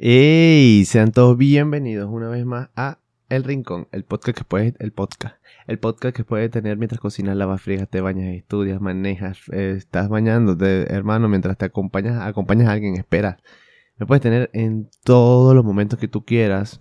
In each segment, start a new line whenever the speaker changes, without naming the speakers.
Hey, sean todos bienvenidos una vez más a El Rincón, el podcast que puedes tener mientras cocinas, lavas, friegas, te bañas, estudias, manejas, estás bañándote, hermano, mientras te acompañas a alguien, esperas. Lo puedes tener en todos los momentos que tú quieras,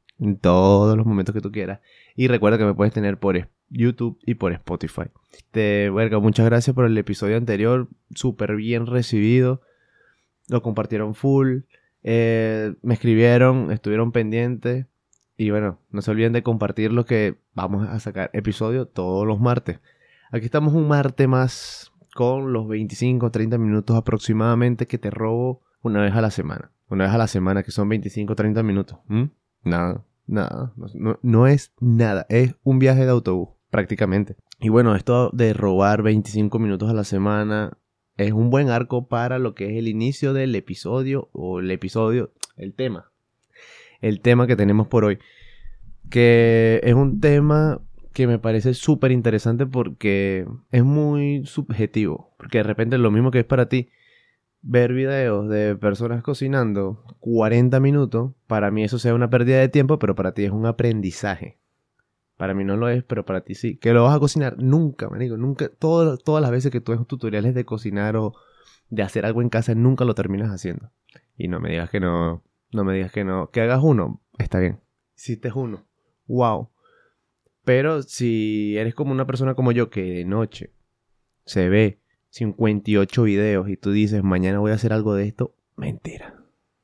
y recuerda que me puedes tener por YouTube y por Spotify. Muchas gracias por el episodio anterior, súper bien recibido, lo compartieron full. Me escribieron, estuvieron pendientes. Y bueno, no se olviden de compartir lo que vamos a sacar episodio todos los martes. Aquí estamos un martes más con los 25-30 minutos aproximadamente que te robo una vez a la semana. Una vez a la semana que son 25-30 minutos. Nada. No es nada. Es un viaje de autobús prácticamente. Y bueno, esto de robar 25 minutos a la semana es un buen arco para lo que es el inicio del episodio el tema que tenemos por hoy, que es un tema que me parece súper interesante porque es muy subjetivo, porque de repente lo mismo que es para ti ver videos de personas cocinando 40 minutos, para mí eso sea una pérdida de tiempo, pero para ti es un aprendizaje. Para mí no lo es, pero para ti sí. ¿Que lo vas a cocinar? Nunca, manico. Nunca. Todas las veces que tú ves tutoriales de cocinar o de hacer algo en casa, nunca lo terminas haciendo. Y no me digas que no. No me digas que no. Que hagas uno, está bien. Hiciste uno. Wow. Pero si eres como una persona como yo que de noche se ve 58 videos y tú dices, mañana voy a hacer algo de esto, mentira.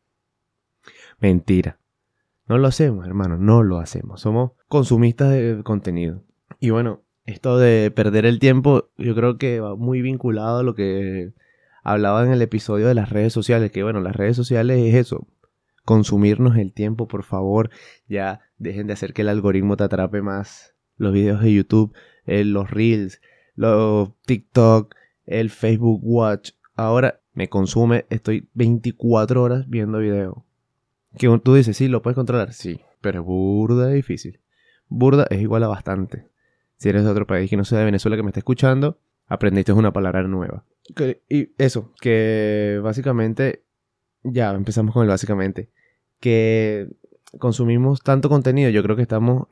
No lo hacemos, hermano, no lo hacemos. Somos consumistas de contenido. Y bueno, esto de perder el tiempo, yo creo que va muy vinculado a lo que hablaba en el episodio de las redes sociales. Que bueno, las redes sociales es eso. Consumirnos el tiempo, por favor. Ya dejen de hacer que el algoritmo te atrape más. Los videos de YouTube, los Reels, los TikTok, el Facebook Watch. Ahora me consume, estoy 24 horas viendo videos. Que tú dices, sí, lo puedes controlar, sí, pero es burda difícil. Burda es igual a bastante. Si eres de otro país que no sea de Venezuela que me está escuchando, aprendiste una palabra nueva. Y eso, que básicamente, ya empezamos con el básicamente, que consumimos tanto contenido, yo creo que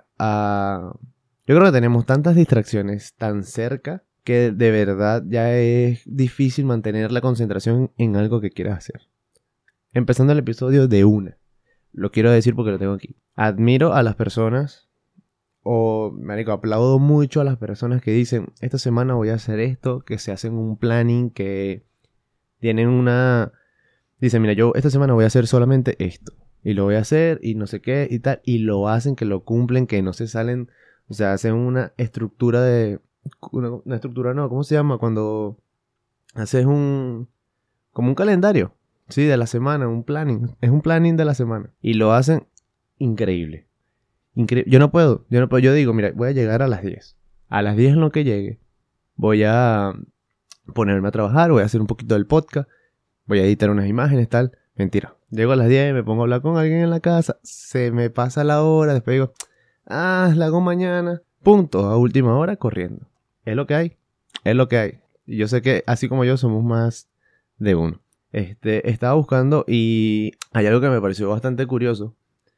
tenemos tantas distracciones tan cerca que de verdad ya es difícil mantener la concentración en algo que quieras hacer. Empezando el episodio de una. Lo quiero decir porque lo tengo aquí. Admiro a las personas, aplaudo mucho a las personas que dicen, esta semana voy a hacer esto, que se hacen un planning, que tienen dicen, mira, yo esta semana voy a hacer solamente esto, y lo voy a hacer, y no sé qué, y tal, y lo hacen, que lo cumplen, que no se salen, o sea, hacen una estructura una estructura no, ¿cómo se llama? Cuando haces como un calendario. Sí, de la semana, un planning. Es un planning de la semana. Y lo hacen increíble. Yo no puedo. Yo digo, mira, voy a llegar a las 10. A las 10 en lo que llegue, voy a ponerme a trabajar, voy a hacer un poquito del podcast, voy a editar unas imágenes, tal. Mentira. Llego a las 10, me pongo a hablar con alguien en la casa, se me pasa la hora, después digo, la hago mañana. Punto, a última hora corriendo. Es lo que hay. Y yo sé que así como yo somos más de uno. Estaba buscando y hay algo que me pareció bastante curioso.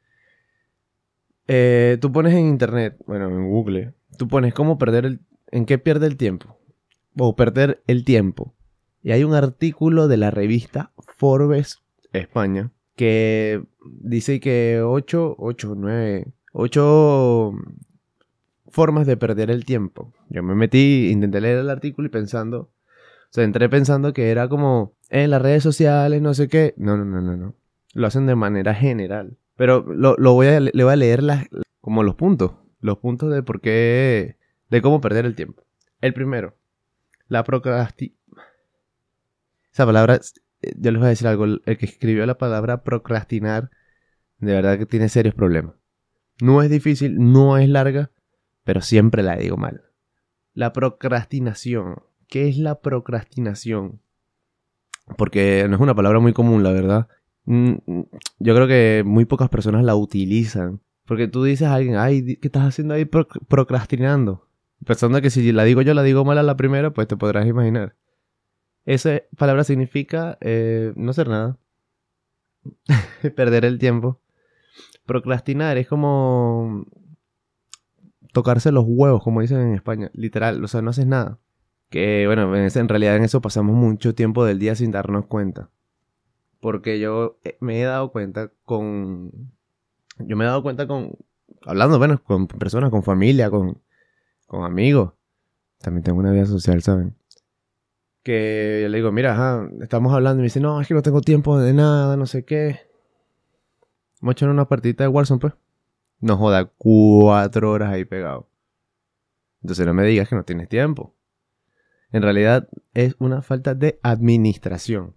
Tú pones en internet, bueno, en Google, tú pones en qué pierde el tiempo. O perder el tiempo. Y hay un artículo de la revista Forbes España que dice que 8 formas de perder el tiempo. Yo me metí, intenté leer el artículo y entré pensando que era como en las redes sociales, no sé qué. No. Lo hacen de manera general. Pero le voy a leer como los puntos. Los puntos de por qué, de cómo perder el tiempo. El primero, la procrastinación. Esa palabra, yo les voy a decir algo. El que escribió la palabra procrastinar, de verdad que tiene serios problemas. No es difícil, no es larga, pero siempre la digo mal. La procrastinación. ¿Qué es la procrastinación? Porque no es una palabra muy común, la verdad. Yo creo que muy pocas personas la utilizan. Porque tú dices a alguien, ¿qué estás haciendo ahí procrastinando? Pensando que si la digo yo, la digo mal a la primera, pues te podrás imaginar. Esa palabra significa no hacer nada. perder el tiempo. Procrastinar es como tocarse los huevos, como dicen en España. Literal, o sea, no haces nada. Que bueno, en realidad en eso pasamos mucho tiempo del día sin darnos cuenta. Porque yo me he dado cuenta con... Yo me he dado cuenta con... Hablando, bueno, con personas, con familia, con amigos. También tengo una vida social, ¿saben? Que yo le digo, mira, ajá, estamos hablando y me dice, no, es que no tengo tiempo de nada, no sé qué. Vamos a echar una partidita de Warzone, pues. No joda, 4 horas ahí pegado. Entonces no me digas que no tienes tiempo. En realidad es una falta de administración.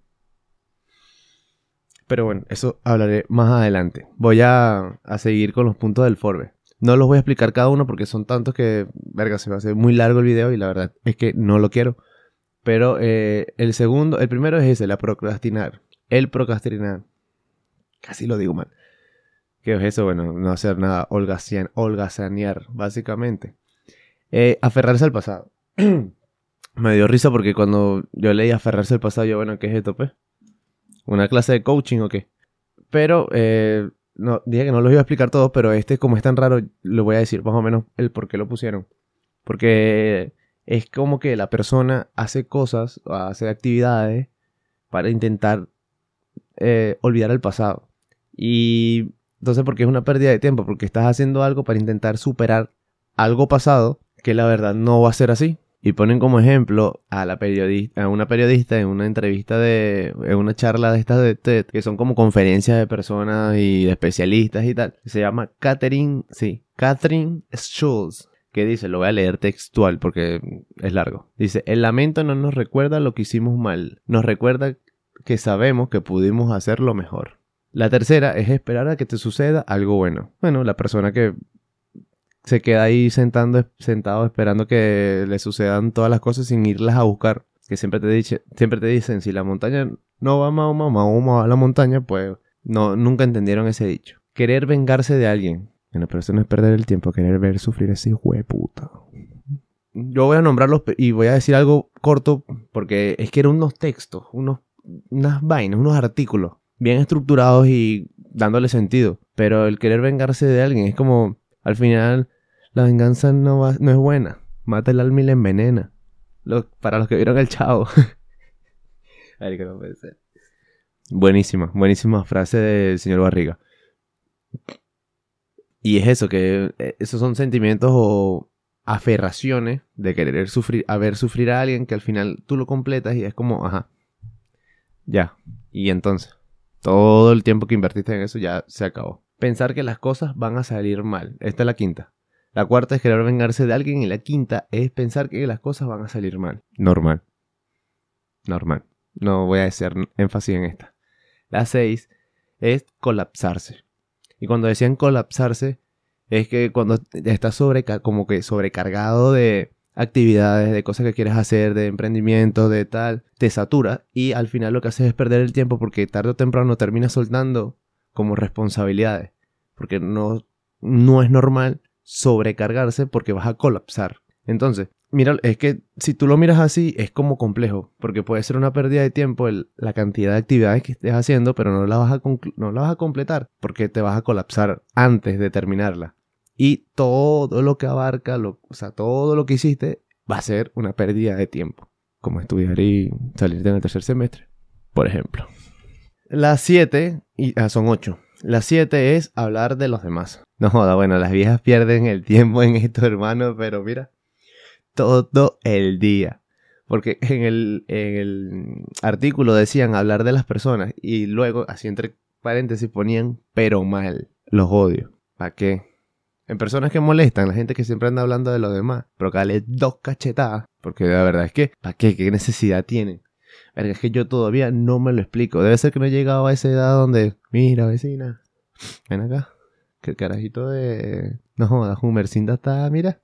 Pero bueno, eso hablaré más adelante. Voy a seguir con los puntos del Forbes. No los voy a explicar cada uno porque son tantos que, verga, se va a hacer muy largo el video y la verdad es que no lo quiero. Pero el primero es ese, la procrastinar. El procrastinar. Casi lo digo mal. ¿Qué es eso? Bueno, no hacer nada, holgazanear, básicamente. Aferrarse al pasado. Me dio risa porque cuando yo leí aferrarse al pasado, yo, bueno, ¿qué es esto, pues? ¿Una clase de coaching o qué? Pero, no, dije que no los iba a explicar todos, pero como es tan raro, lo voy a decir más o menos el por qué lo pusieron. Porque es como que la persona hace cosas, hace actividades para intentar olvidar el pasado. Y entonces, ¿por qué es una pérdida de tiempo? Porque estás haciendo algo para intentar superar algo pasado que la verdad no va a ser así. Y ponen como ejemplo a una periodista en una entrevista en una charla de estas de TED, que son como conferencias de personas y de especialistas y tal. Se llama Catherine Schulz, que dice, lo voy a leer textual porque es largo. Dice, el lamento no nos recuerda lo que hicimos mal, nos recuerda que sabemos que pudimos hacerlo mejor. La tercera es esperar a que te suceda algo bueno. Bueno, la persona que se queda ahí sentado esperando que le sucedan todas las cosas sin irlas a buscar. Que siempre te dicen, si la montaña no va a Mahoma, Mahoma va a la montaña, pues no, nunca entendieron ese dicho. Querer vengarse de alguien. Bueno, pero eso no es perder el tiempo, querer ver sufrir a ese hijo de puta. Yo voy a nombrarlos y voy a decir algo corto porque es que eran unos textos, unas vainas, unos artículos bien estructurados y dándole sentido. Pero el querer vengarse de alguien es como, al final, la venganza no es buena. Mata el alma y la envenena. Para los que vieron el Chavo. Ay, que no puede ser. Buenísima frase del señor Barriga. Y es eso, que esos son sentimientos o aferraciones de querer ver sufrir a alguien que al final tú lo completas y es como, ajá, ya. Y entonces, todo el tiempo que invertiste en eso ya se acabó. Pensar que las cosas van a salir mal. Esta es la quinta. La cuarta es querer vengarse de alguien y la quinta es pensar que las cosas van a salir mal. Normal. No voy a hacer énfasis en esta. La 6 es colapsarse. Y cuando decían colapsarse es que cuando estás como que sobrecargado de actividades, de cosas que quieres hacer, de emprendimiento, de tal, te satura y al final lo que haces es perder el tiempo porque tarde o temprano terminas soltando como responsabilidades. Porque no es normal sobrecargarse porque vas a colapsar. Entonces, mira, es que si tú lo miras así es como complejo, porque puede ser una pérdida de tiempo la cantidad de actividades que estés haciendo, pero no la vas a completar porque te vas a colapsar antes de terminarla. Y todo lo que abarca, todo lo que hiciste va a ser una pérdida de tiempo, como estudiar y salir en el tercer semestre, por ejemplo. Las 7, son 8. La 7 es hablar de los demás. No joda, bueno, las viejas pierden el tiempo en esto, hermano, pero mira, todo el día. Porque en el artículo decían hablar de las personas y luego, así entre paréntesis, ponían pero mal. Los odio. ¿Para qué? En personas que molestan, la gente que siempre anda hablando de los demás, pero que dale 2 cachetadas. Porque la verdad es que, ¿para qué? ¿Qué necesidad tienen? Es que yo todavía no me lo explico. Debe ser que no he llegado a esa edad donde, mira, vecina, ven acá. Que el carajito de... No jodas, Humercinda está, mira,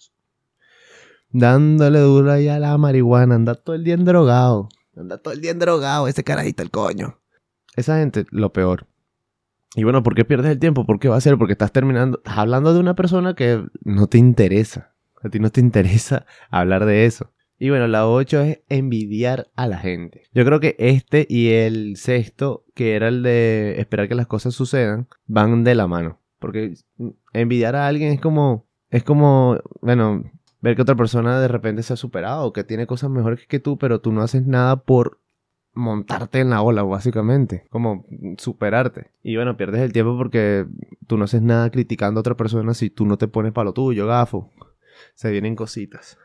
dándole duro ahí a la marihuana. Anda todo el día endrogado. Ese carajito, el coño. Esa gente, lo peor. Y bueno, ¿por qué pierdes el tiempo? ¿Por qué va a ser? Porque estás hablando de una persona que no te interesa. A ti no te interesa hablar de eso. Y bueno, la 8 es envidiar a la gente. Yo creo que y el sexto que era el de esperar que las cosas sucedan, van de la mano. Porque envidiar a alguien es como, bueno, ver que otra persona de repente se ha superado, que tiene cosas mejores que tú, pero tú no haces nada por montarte en la ola, básicamente, como superarte. Y bueno, pierdes el tiempo porque tú no haces nada criticando a otra persona si tú no te pones para lo tuyo, gafo. Se vienen cositas.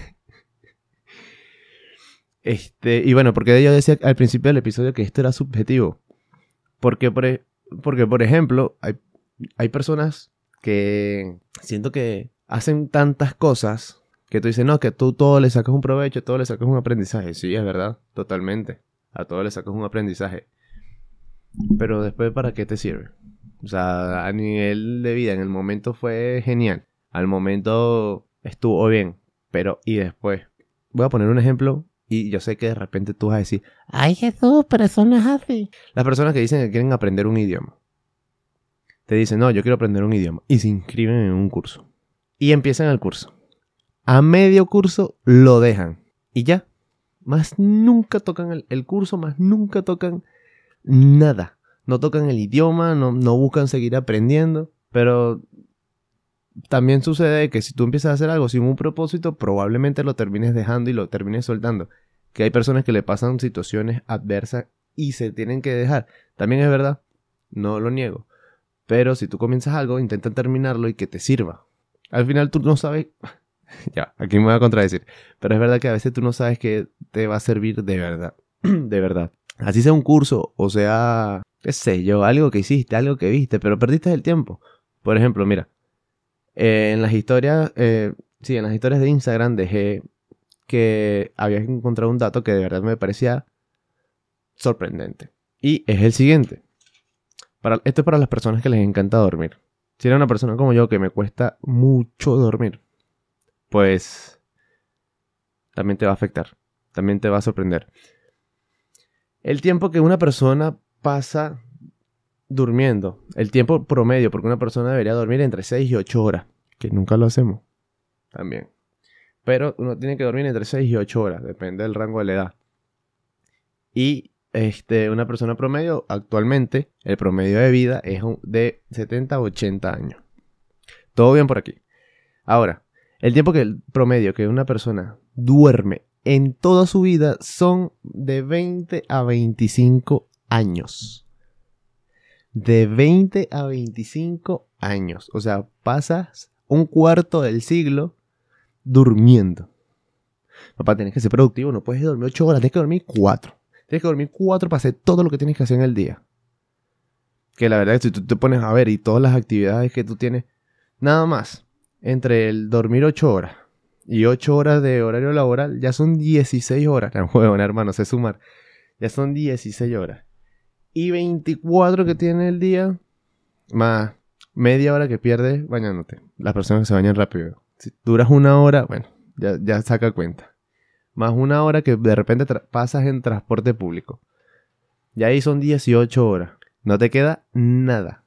Y bueno, porque yo decía al principio del episodio que esto era subjetivo. Porque, por ejemplo, hay personas que siento que hacen tantas cosas que tú dices, no, que tú todo le sacas un provecho, todo le sacas un aprendizaje. Sí, es verdad, totalmente. A todo le sacas un aprendizaje. Pero después, ¿para qué te sirve? O sea, a nivel de vida, en el momento fue genial. Al momento estuvo bien. Pero, ¿y después? Voy a poner un ejemplo y yo sé que de repente tú vas a decir, ay Jesús, pero eso no es así. Las personas que dicen que quieren aprender un idioma. Te dicen, no, yo quiero aprender un idioma. Y se inscriben en un curso. Y empiezan el curso. A medio curso lo dejan. Y ya. Más nunca tocan el curso, más nunca tocan nada. No tocan el idioma, no buscan seguir aprendiendo. Pero también sucede que si tú empiezas a hacer algo sin un propósito, probablemente lo termines dejando y lo termines soltando. Que hay personas que le pasan situaciones adversas y se tienen que dejar. También es verdad, no lo niego. Pero si tú comienzas algo, intenta terminarlo y que te sirva. Al final tú no sabes... Ya, aquí me voy a contradecir. Pero es verdad que a veces tú no sabes que te va a servir de verdad. De verdad. Así sea un curso o sea, qué sé yo, algo que hiciste, algo que viste, pero perdiste el tiempo. Por ejemplo, mira, en las historias de Instagram dejé que había encontrado un dato que de verdad me parecía sorprendente. Y es el siguiente. Esto es para las personas que les encanta dormir. Si eres una persona como yo que me cuesta mucho dormir, pues también te va a afectar, también te va a sorprender. El tiempo que una persona pasa durmiendo, el tiempo promedio, porque una persona debería dormir entre 6 y 8 horas, que nunca lo hacemos, también. Pero uno tiene que dormir entre 6 y 8 horas, depende del rango de la edad. Y una persona promedio, actualmente, el promedio de vida es de 70 a 80 años. Todo bien por aquí. Ahora, el tiempo promedio que una persona duerme en toda su vida son de 20 a 25 años. De 20 a 25 años. O sea, pasas un cuarto del siglo durmiendo. Papá, tienes que ser productivo. No puedes dormir 8 horas, tienes que dormir 4. Tienes que dormir 4 para hacer todo lo que tienes que hacer en el día. Que la verdad es que si tú te pones a ver y todas las actividades que tú tienes, nada más. Entre el dormir 8 horas y 8 horas de horario laboral, ya son 16 horas. No, bueno, hermano, sé sumar. Ya son 16 horas. Y 24 que tiene el día, más media hora que pierdes bañándote. Las personas que se bañan rápido. Si duras una hora, bueno, ya saca cuenta. Más una hora que de repente pasas en transporte público. Ya ahí son 18 horas. No te queda nada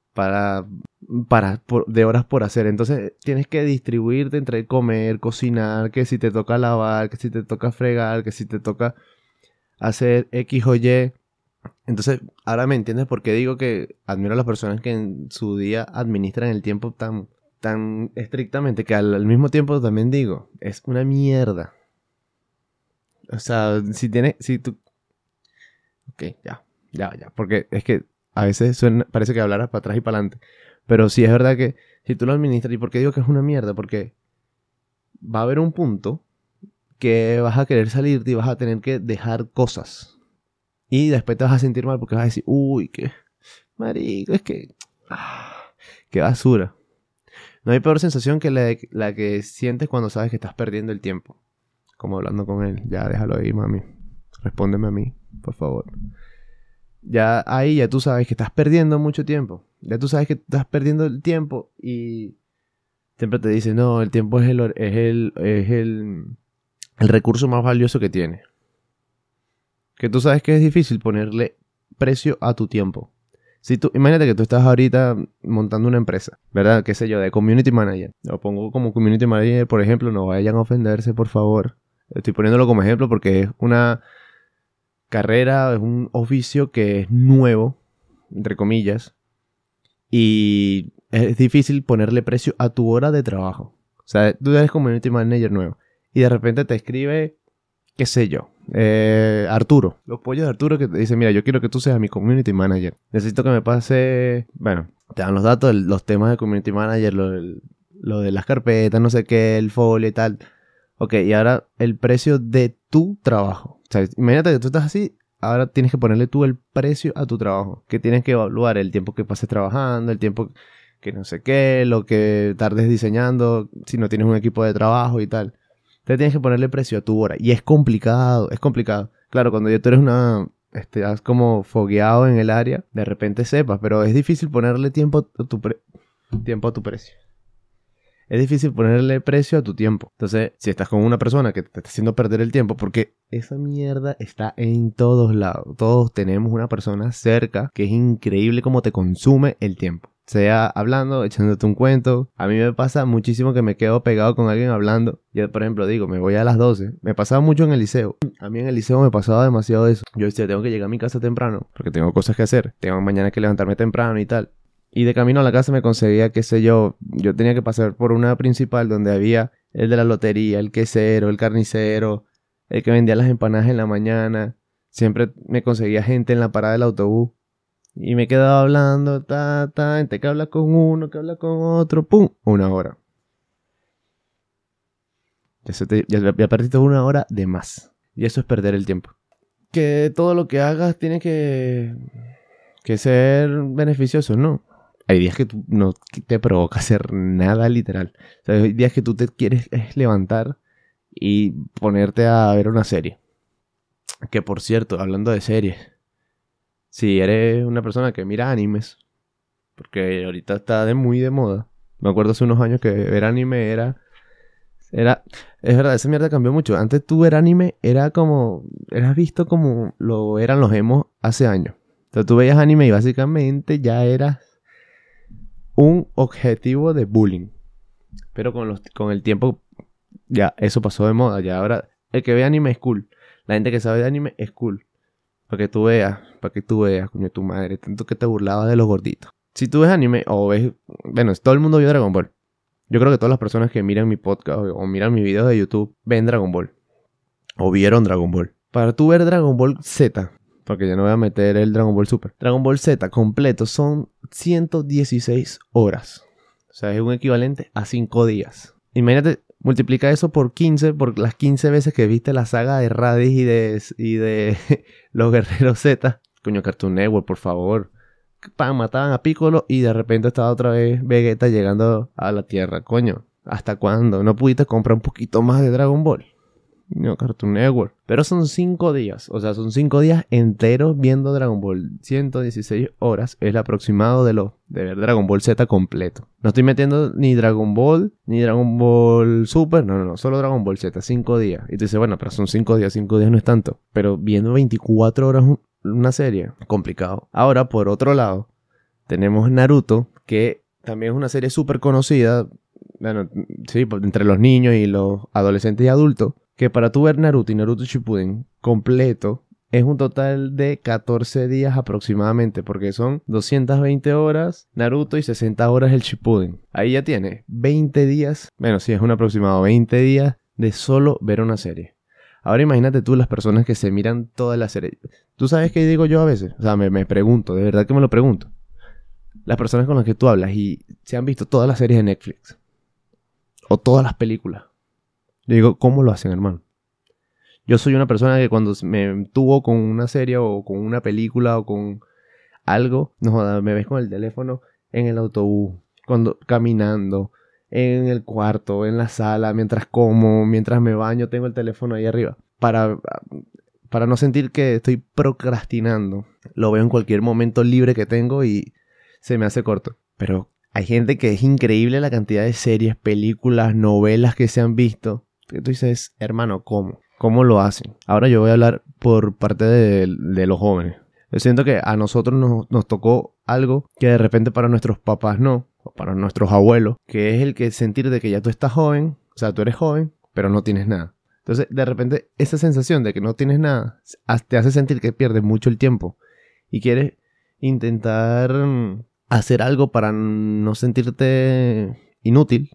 de horas por hacer. Entonces tienes que distribuirte entre comer, cocinar, que si te toca lavar, que si te toca fregar, que si te toca hacer X o Y. Entonces ahora me entiendes por qué digo que admiro a las personas que en su día administran el tiempo tan estrictamente, que al mismo tiempo también digo, es una mierda. O sea, si tú... Ok, ya, porque es que a veces parece que hablaras para atrás y para adelante. Pero sí es verdad que si tú lo administras, ¿y por qué digo que es una mierda? Porque va a haber un punto que vas a querer salirte y vas a tener que dejar cosas. Y después te vas a sentir mal porque vas a decir, uy, qué marico, es que... qué basura. No hay peor sensación que la que sientes cuando sabes que estás perdiendo el tiempo. Como hablando con él. Ya, déjalo ahí, mami. Respóndeme a mí, por favor. Ya ahí ya tú sabes que estás perdiendo mucho tiempo. Ya tú sabes que estás perdiendo el tiempo y siempre te dicen, no, el tiempo es el recurso más valioso que tienes. Que tú sabes que es difícil ponerle precio a tu tiempo. Imagínate que tú estás ahorita montando una empresa, ¿verdad? Qué sé yo, de community manager. Lo pongo como community manager, por ejemplo, no vayan a ofenderse, por favor. Estoy poniéndolo como ejemplo porque es una carrera, es un oficio que es nuevo, entre comillas, y es difícil ponerle precio a tu hora de trabajo. O sea, tú eres community manager nuevo y de repente te escribe, qué sé yo, Arturo, los pollos de Arturo, que te dice, mira, yo quiero que tú seas mi community manager. Necesito que me pase, bueno, te dan los datos, los temas de community manager, lo de las carpetas, no sé qué, el folio y tal. Ok, y ahora el precio de tu trabajo. O sea, imagínate que tú estás así, ahora tienes que ponerle tú el precio a tu trabajo. Que tienes que evaluar el tiempo que pases trabajando, el tiempo que no sé qué, lo que tardes diseñando, si no tienes un equipo de trabajo y tal. Entonces tienes que ponerle precio a tu hora. Y es complicado, es complicado. Claro, cuando ya tú eres estás como fogueado en el área, de repente sepas, pero es difícil ponerle tiempo a tiempo a tu precio. Es difícil ponerle precio a tu tiempo. Entonces, si estás con una persona que te está haciendo perder el tiempo, porque esa mierda está en todos lados. Todos tenemos una persona cerca que es increíble cómo te consume el tiempo. Sea hablando, echándote un cuento. A mí me pasa muchísimo que me quedo pegado con alguien hablando. Yo, por ejemplo, digo, me voy a las 12. Me pasaba mucho en el liceo. A mí en el liceo me pasaba demasiado eso. Yo decía, tengo que llegar a mi casa temprano, porque tengo cosas que hacer. Tengo mañana que levantarme temprano y tal. Y de camino a la casa me conseguía, qué sé yo tenía que pasar por una principal donde había el de la lotería, el quesero, el carnicero, el que vendía las empanadas en la mañana. Siempre me conseguía gente en la parada del autobús. Y me quedaba hablando, entre que habla con uno, que habla con otro, ¡pum! 1 hora. Ya perdiste 1 hora de más. Y eso es perder el tiempo. Que todo lo que hagas tiene que ser beneficioso, ¿no? Hay días que tú no te provoca hacer nada literal. O sea, hay días que tú te quieres levantar y ponerte a ver una serie. Que por cierto, hablando de series, si eres una persona que mira animes, porque ahorita está muy de moda. Me acuerdo hace unos años que ver anime era... Es verdad, esa mierda cambió mucho. Antes tú ver anime eras visto como lo eran los emos hace años. Entonces tú veías anime y básicamente ya eras un objetivo de bullying. Pero con el tiempo ya eso pasó de moda. Ya ahora el que ve anime es cool. La gente que sabe de anime es cool. Para que tú veas, coño, tu madre. Tanto que te burlabas de los gorditos. Si tú ves anime o ves... Bueno, todo el mundo vio Dragon Ball. Yo creo que todas las personas que miran mi podcast o miran mis videos de YouTube ven Dragon Ball. O vieron Dragon Ball. Para tú ver Dragon Ball Z, porque ya no voy a meter el Dragon Ball Super. Dragon Ball Z completo son 116 horas. O sea, es un equivalente a 5 días. Imagínate, multiplica eso por 15, por las 15 veces que viste la saga de Raditz y de los Guerreros Z. Coño, Cartoon Network, por favor. Mataban a Piccolo y de repente estaba otra vez Vegeta llegando a la Tierra. Coño, ¿hasta cuándo? ¿No pudiste comprar un poquito más de Dragon Ball? No, Cartoon Network. Pero son 5 días. O sea, son 5 días enteros viendo Dragon Ball. 116 horas es el aproximado de ver Dragon Ball Z completo. No estoy metiendo ni Dragon Ball, ni Dragon Ball Super. No. Solo Dragon Ball Z. 5 días. Y tú dices, bueno, pero son 5 días. 5 días no es tanto. Pero viendo 24 horas una serie, complicado. Ahora, por otro lado, tenemos Naruto, que también es una serie súper conocida. Bueno, sí, entre los niños y los adolescentes y adultos. Que para tú ver Naruto y Naruto Shippuden completo es un total de 14 días aproximadamente, porque son 220 horas Naruto y 60 horas el Shippuden. Ahí ya tienes 20 días, bueno, sí, es un aproximado 20 días de solo ver una serie. Ahora imagínate tú las personas que se miran toda la serie. ¿Tú sabes qué digo yo a veces? O sea, me pregunto, de verdad que me lo pregunto. Las personas con las que tú hablas y se han visto todas las series de Netflix o todas las películas. Yo digo, ¿cómo lo hacen, hermano? Yo soy una persona que cuando me entuvo con una serie o con una película o con algo, no joda, me ves con el teléfono en el autobús, caminando, en el cuarto, en la sala, mientras como, mientras me baño, tengo el teléfono ahí arriba. Para no sentir que estoy procrastinando. Lo veo en cualquier momento libre que tengo y se me hace corto. Pero hay gente que es increíble la cantidad de series, películas, novelas que se han visto. Que tú dices, hermano, ¿cómo? ¿Cómo lo hacen? Ahora yo voy a hablar por parte de los jóvenes. Yo siento que a nosotros nos tocó algo que de repente para nuestros papás no, o para nuestros abuelos, que es el que sentir de que ya tú estás joven, o sea, tú eres joven, pero no tienes nada. Entonces, de repente, esa sensación de que no tienes nada te hace sentir que pierdes mucho el tiempo y quieres intentar hacer algo para no sentirte inútil.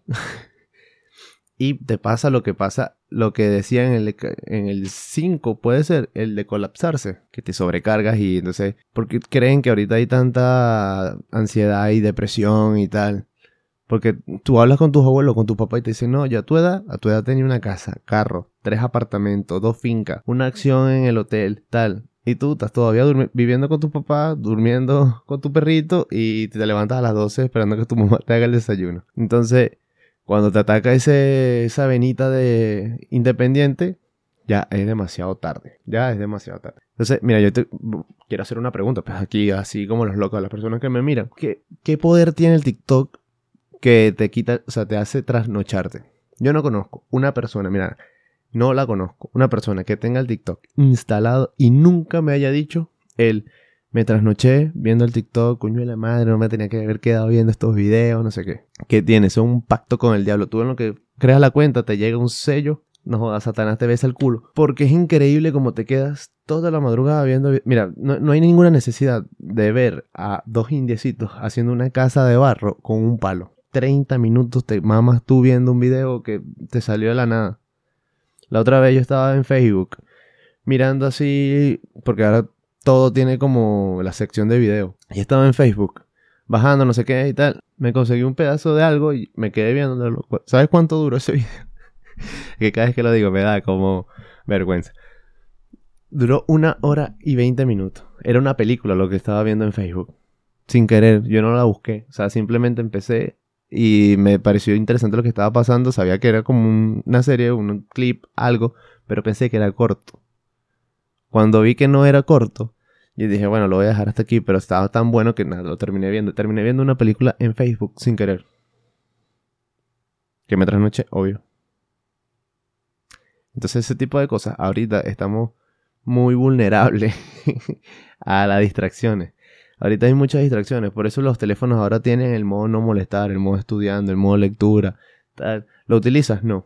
Y te pasa, lo que decía en el 5 puede ser, el de colapsarse, que te sobrecargas y entonces, porque creen que ahorita hay tanta ansiedad y depresión y tal. Porque tú hablas con tus abuelos, con tu papá y te dicen, no, yo a tu edad tenía una casa, carro, 3 apartamentos, 2 fincas, una acción en el hotel, tal. Y tú estás todavía viviendo con tu papá, durmiendo con tu perrito y te levantas a las 12 esperando que tu mamá te haga el desayuno. Entonces, cuando te ataca esa venita de independiente, ya es demasiado tarde. Ya es demasiado tarde. Entonces, mira, yo te quiero hacer una pregunta, pues aquí, así como los locos, las personas que me miran. ¿Qué poder tiene el TikTok que te quita, o sea, te hace trasnocharte? Yo no conozco una persona, mira, no la conozco, una persona que tenga el TikTok instalado y nunca me haya dicho me trasnoché viendo el TikTok, coño de la madre, no me tenía que haber quedado viendo estos videos, no sé qué. ¿Qué tienes? Es un pacto con el diablo. Tú en lo que creas la cuenta te llega un sello, no jodas, Satanás te besa el culo. Porque es increíble como te quedas toda la madrugada viendo. Mira, no hay ninguna necesidad de ver a 2 indiecitos haciendo una casa de barro con un palo. 30 minutos te mamas tú viendo un video que te salió de la nada. La otra vez yo estaba en Facebook mirando así, porque ahora todo tiene como la sección de video. Y estaba en Facebook, bajando no sé qué y tal. Me conseguí un pedazo de algo y me quedé viendo. ¿Sabes cuánto duró ese video? Que cada vez que lo digo me da como vergüenza. Duró 1 hora y 20 minutos. Era una película lo que estaba viendo en Facebook. Sin querer, yo no la busqué. O sea, simplemente empecé y me pareció interesante lo que estaba pasando. Sabía que era como una serie, un clip, algo, pero pensé que era corto. Cuando vi que no era corto, yo dije, bueno, lo voy a dejar hasta aquí, pero estaba tan bueno que nada, lo terminé viendo. Terminé viendo una película en Facebook sin querer. Que me trasnoché, obvio. Entonces ese tipo de cosas, ahorita estamos muy vulnerables a las distracciones. Ahorita hay muchas distracciones, por eso los teléfonos ahora tienen el modo no molestar, el modo estudiando, el modo lectura, tal. ¿Lo utilizas? No.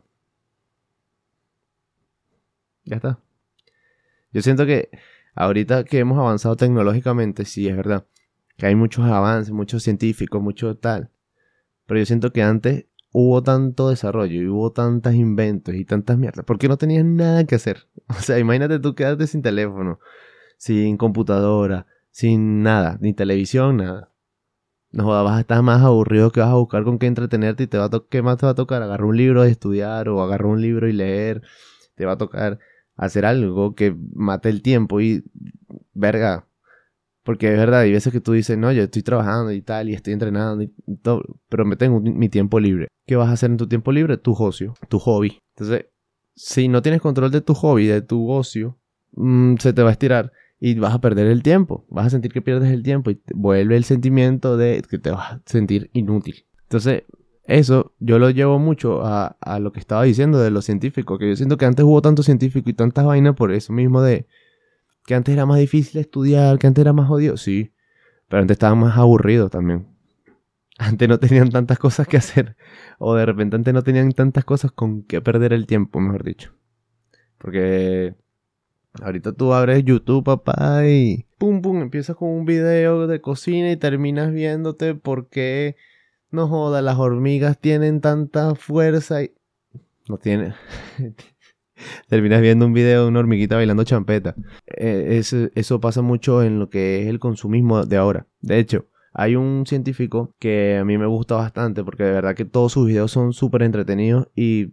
Ya está. Yo siento que ahorita que hemos avanzado tecnológicamente, sí, es verdad, que hay muchos avances, muchos científicos, mucho tal. Pero yo siento que antes hubo tanto desarrollo y hubo tantos inventos y tantas mierdas, porque no tenías nada que hacer. O sea, imagínate tú quedarte sin teléfono, sin computadora, sin nada, ni televisión, nada. No jodas, vas a estar más aburrido que vas a buscar con qué entretenerte y ¿qué más te va a tocar? Agarrar un libro a estudiar o agarrar un libro y leer. Te va a tocar hacer algo que mate el tiempo y, verga, porque es verdad, hay veces que tú dices, no, yo estoy trabajando y tal, y estoy entrenando y todo, pero me tengo mi tiempo libre. ¿Qué vas a hacer en tu tiempo libre? Tu ocio, tu hobby. Entonces, si no tienes control de tu hobby, de tu ocio, se te va a estirar y vas a perder el tiempo. Vas a sentir que pierdes el tiempo y vuelve el sentimiento de que te vas a sentir inútil. Entonces, eso yo lo llevo mucho a lo que estaba diciendo de los científicos, que yo siento que antes hubo tanto científico y tantas vainas por eso mismo de que antes era más difícil estudiar, que antes era más jodido, sí, pero antes estaban más aburridos también. Antes no tenían tantas cosas que hacer, o de repente antes no tenían tantas cosas con que perder el tiempo, mejor dicho. Porque ahorita tú abres YouTube, papá, y pum, pum, empiezas con un video de cocina y terminas viéndote por qué, no joda, las hormigas tienen tanta fuerza y... No tiene... Terminas viendo un video de una hormiguita bailando champeta. Eso pasa mucho en lo que es el consumismo de ahora. De hecho, hay un científico que a mí me gusta bastante porque de verdad que todos sus videos son súper entretenidos y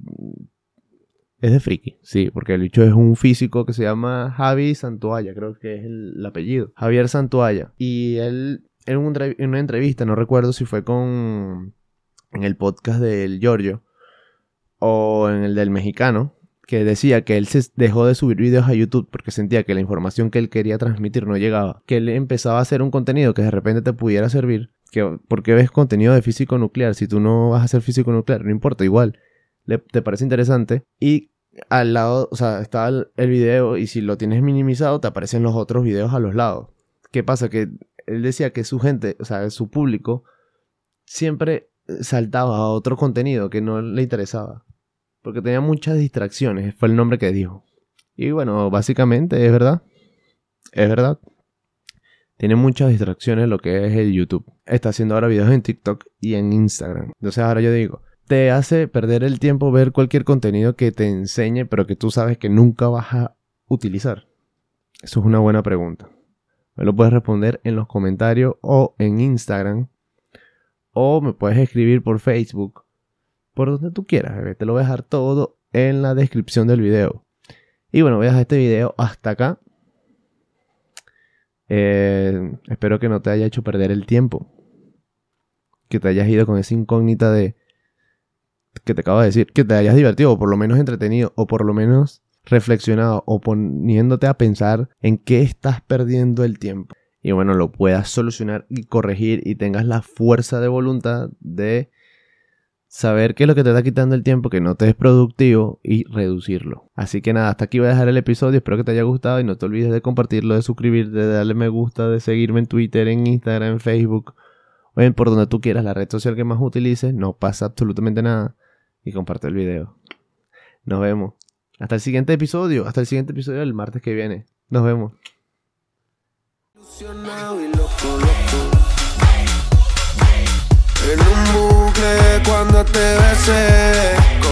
es de friki, sí, porque el bicho es un físico que se llama Javi Santualla, creo que es el apellido. Javier Santualla. Y él en una entrevista, no recuerdo si fue en el podcast del Giorgio o en el del mexicano, que decía que él se dejó de subir videos a YouTube porque sentía que la información que él quería transmitir no llegaba. Que él empezaba a hacer un contenido que de repente te pudiera servir. ¿Por qué ves contenido de físico nuclear? Si tú no vas a hacer físico nuclear, no importa, igual. Te parece interesante. Y al lado, o sea, está el video y si lo tienes minimizado, te aparecen los otros videos a los lados. ¿Qué pasa? Que él decía que su gente, o sea, su público, siempre saltaba a otro contenido que no le interesaba. porque tenía muchas distracciones, fue el nombre que dijo. Y bueno, básicamente es verdad. Es verdad. Tiene muchas distracciones lo que es el YouTube. Está haciendo ahora videos en TikTok y en Instagram. Entonces ahora yo digo, te hace perder el tiempo ver cualquier contenido que te enseñe, pero que tú sabes que nunca vas a utilizar. Eso es una buena pregunta. Me lo puedes responder en los comentarios o en Instagram. O me puedes escribir por Facebook. Por donde tú quieras, bebé. Te lo voy a dejar todo en la descripción del video. Y bueno, voy a dejar este video hasta acá. Espero que no te haya hecho perder el tiempo. Que te hayas ido con esa incógnita de... que te acabo de decir. Que te hayas divertido, o por lo menos entretenido, o por lo menos reflexionado, o poniéndote a pensar en qué estás perdiendo el tiempo. Y bueno, lo puedas solucionar y corregir y tengas la fuerza de voluntad de saber qué es lo que te está quitando el tiempo, que no te es productivo y reducirlo. Así que nada, hasta aquí voy a dejar el episodio. Espero que te haya gustado y no te olvides de compartirlo, de suscribirte, de darle me gusta, de seguirme en Twitter, en Instagram, en Facebook o en por donde tú quieras, la red social que más utilices. No pasa absolutamente nada y comparte el video. Nos vemos. Hasta el siguiente episodio. Hasta el siguiente episodio del martes que viene. Nos vemos. En un bucle cuando te besé.